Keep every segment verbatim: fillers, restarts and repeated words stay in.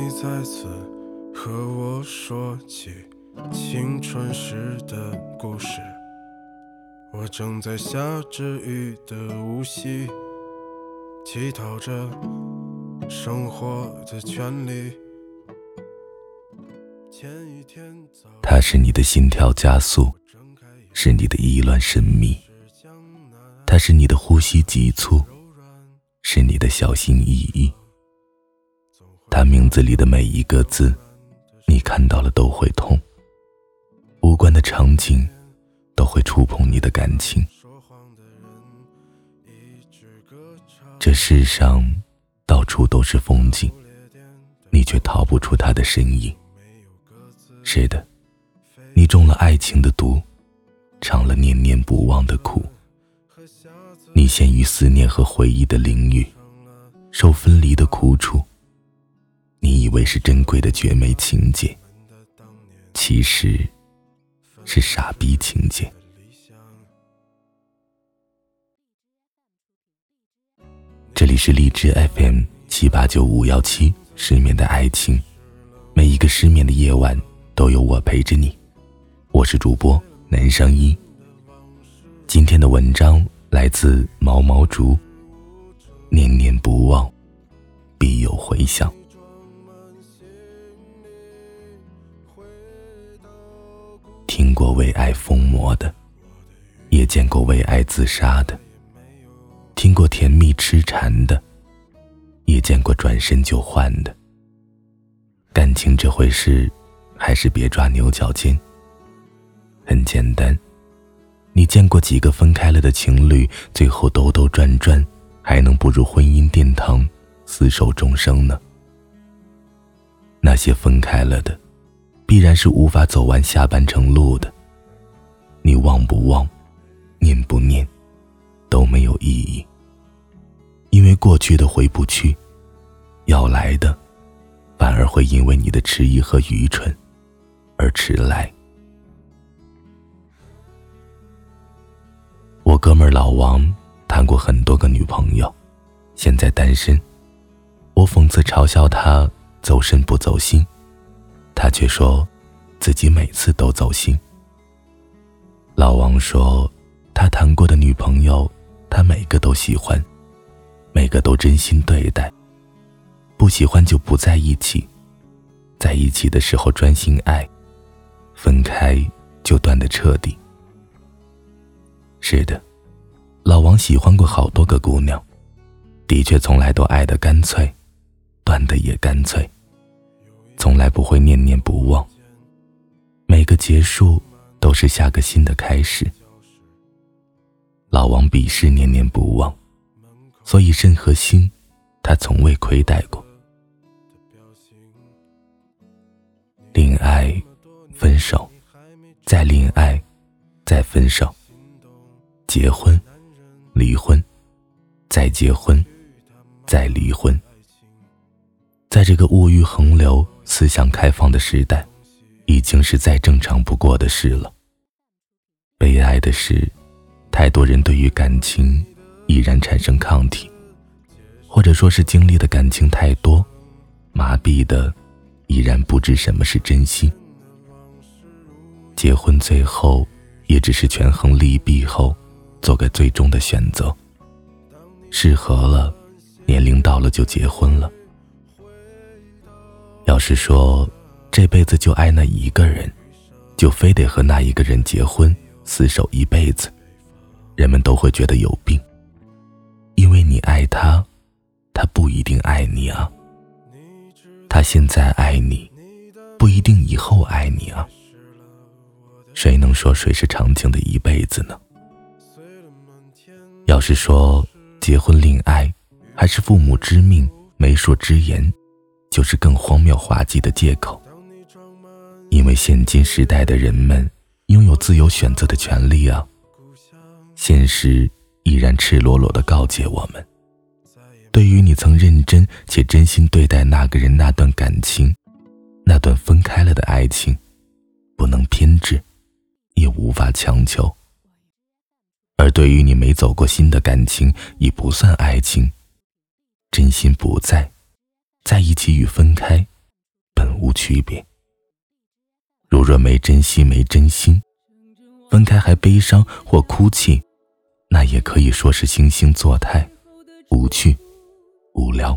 你再次和我说起青春时的故事，我正在下着雨的无锡，乞讨着生活的权利。 它是你的心跳加速，是你的意乱神迷，它是你的呼吸急促，是你的小心翼翼。它名字里的每一个字，你看到了都会痛，无关的场景都会触碰你的感情。这世上到处都是风景，你却逃不出它的身影。是的，你中了爱情的毒，尝了念念不忘的苦。你陷于思念和回忆的囹圄，受分离的苦楚。你以为是珍贵的绝美情节，其实是傻逼情节。这里是荔枝 F M 七八九五一七，失眠的爱情，每一个失眠的夜晚都有我陪着你。我是主播南商一。今天的文章来自毛毛竹，念念不忘必有回响。听过为爱疯魔的，也见过为爱自杀的，听过甜蜜痴缠的，也见过转身就换的。感情这回事，还是别抓牛角尖。很简单，你见过几个分开了的情侣，最后兜兜转转，还能步入婚姻殿堂，厮守终生呢？那些分开了的，必然是无法走完下半程路的。你忘不忘，念不念，都没有意义。因为过去的回不去，要来的反而会因为你的迟疑和愚蠢而迟来。我哥们儿老王谈过很多个女朋友，现在单身。我讽刺嘲笑他走肾不走心，他却说自己每次都走心。老王说他谈过的女朋友，他每个都喜欢，每个都真心对待，不喜欢就不在一起，在一起的时候专心爱，分开就断得彻底。是的，老王喜欢过好多个姑娘，的确从来都爱得干脆，断得也干脆，从来不会念念不忘，每个结束都是下个新的开始。老王鄙视念念不忘，所以任何心他从未亏待过。恋爱分手，再恋爱，再分手，结婚离婚，再结婚，再离婚。在这个物欲横流、思想开放的时代，已经是再正常不过的事了。悲哀的是，太多人对于感情依然产生抗体，或者说是经历的感情太多，麻痹的依然不知什么是真心。结婚最后也只是权衡利弊后做个最终的选择，适合了，年龄到了就结婚了。要是说这辈子就爱那一个人，就非得和那一个人结婚，厮守一辈子，人们都会觉得有病。因为你爱他，他不一定爱你啊。他现在爱你，不一定以后爱你啊。谁能说谁是长情的一辈子呢？要是说结婚恋爱还是父母之命媒妁之言，就是更荒谬滑稽的借口。因为现今时代的人们拥有自由选择的权利啊。现实依然赤裸裸地告诫我们，对于你曾认真且真心对待那个人那段感情，那段分开了的爱情，不能偏执，也无法强求。而对于你没走过心的感情，已不算爱情。真心不在，在一起与分开无区别。如若没珍惜没真心，分开还悲伤或哭泣，那也可以说是惺惺作态，无趣无聊。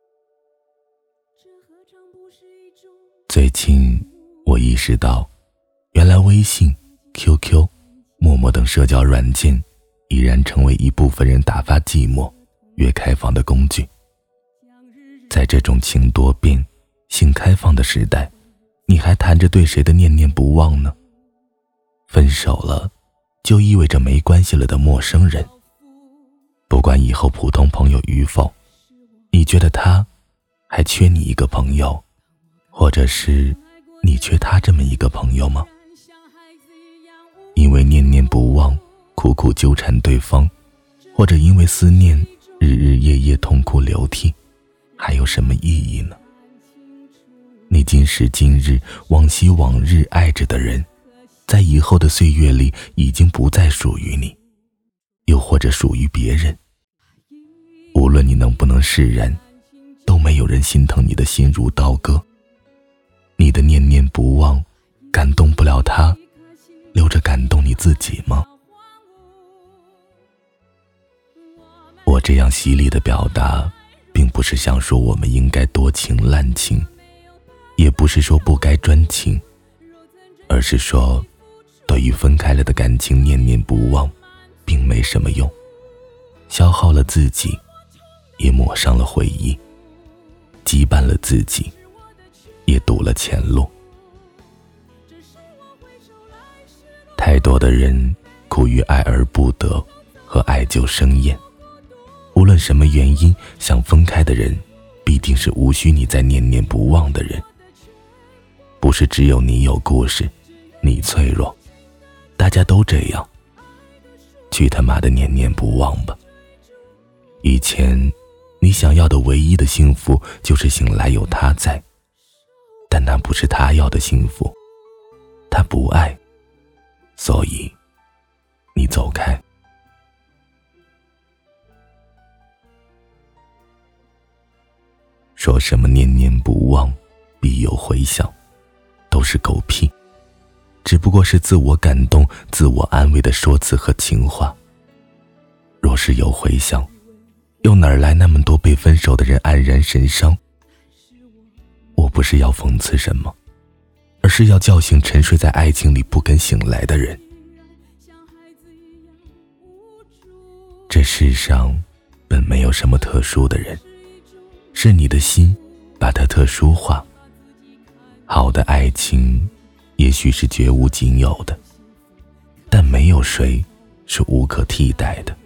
最近我意识到，原来微信、Q Q、陌陌等社交软件已然成为一部分人打发寂寞、越开放的工具。在这种情多变、性开放的时代，你还谈着对谁的念念不忘呢？分手了，就意味着没关系了的陌生人，不管以后普通朋友与否，你觉得他还缺你一个朋友，或者是你缺他这么一个朋友吗？因为念念不忘苦苦纠缠对方，或者因为思念日日夜夜痛哭流涕，还有什么意义呢？你今时今日往昔往日爱着的人，在以后的岁月里已经不再属于你，又或者属于别人。无论你能不能释然，都没有人心疼你的心如刀割。你的念念不忘感动不了他，留着感动你自己吗？我这样犀利的表达，并不是想说我们应该多情滥情，也不是说不该专情，而是说对于分开了的感情念念不忘并没什么用，消耗了自己，也抹伤了回忆，羁绊了自己，也堵了前路。太多的人苦于爱而不得和爱就生厌，无论什么原因，想分开的人必定是无需你再念念不忘的人。不是只有你有故事，你脆弱，大家都这样，去他妈的念念不忘吧。以前你想要的唯一的幸福就是醒来有他在，但那不是他要的幸福，他不爱，所以你走开。说什么念念不忘必有回响，都是狗屁，只不过是自我感动、自我安慰的说辞和情话。若是有回响，又哪儿来那么多被分手的人黯然神伤？我不是要讽刺什么，而是要叫醒沉睡在爱情里不肯醒来的人。这世上本没有什么特殊的人，是你的心把它特殊化。好的爱情也许是绝无仅有的，但没有谁是无可替代的。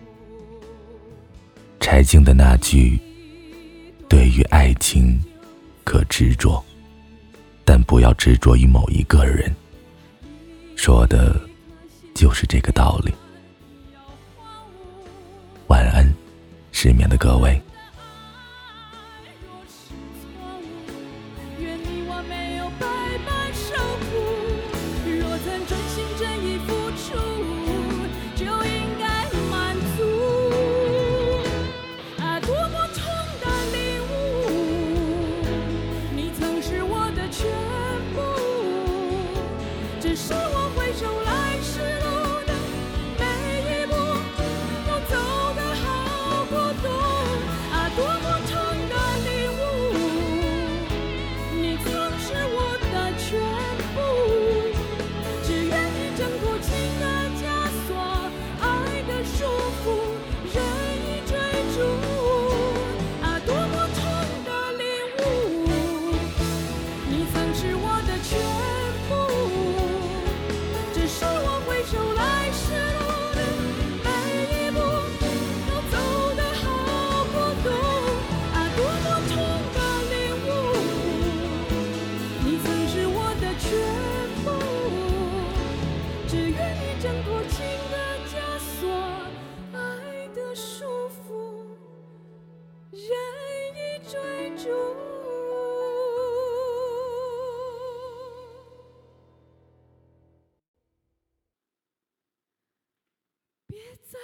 柴静的那句对于爱情可执着，但不要执着于某一个人，说的就是这个道理。晚安，失眠的各位。 只是我回首来时路的每一步都走得好孤独啊，多么痛的领悟，你曾是我的全部，只愿意挣脱情的枷锁，爱的束缚，任意追逐啊，多么痛的领悟，你曾是我的全部。只是我回首来时路的每一步都走得好孤独啊，多么痛的领悟，你曾是我的全部，只愿意挣脱情的枷锁，爱的束缚，任意追逐。别再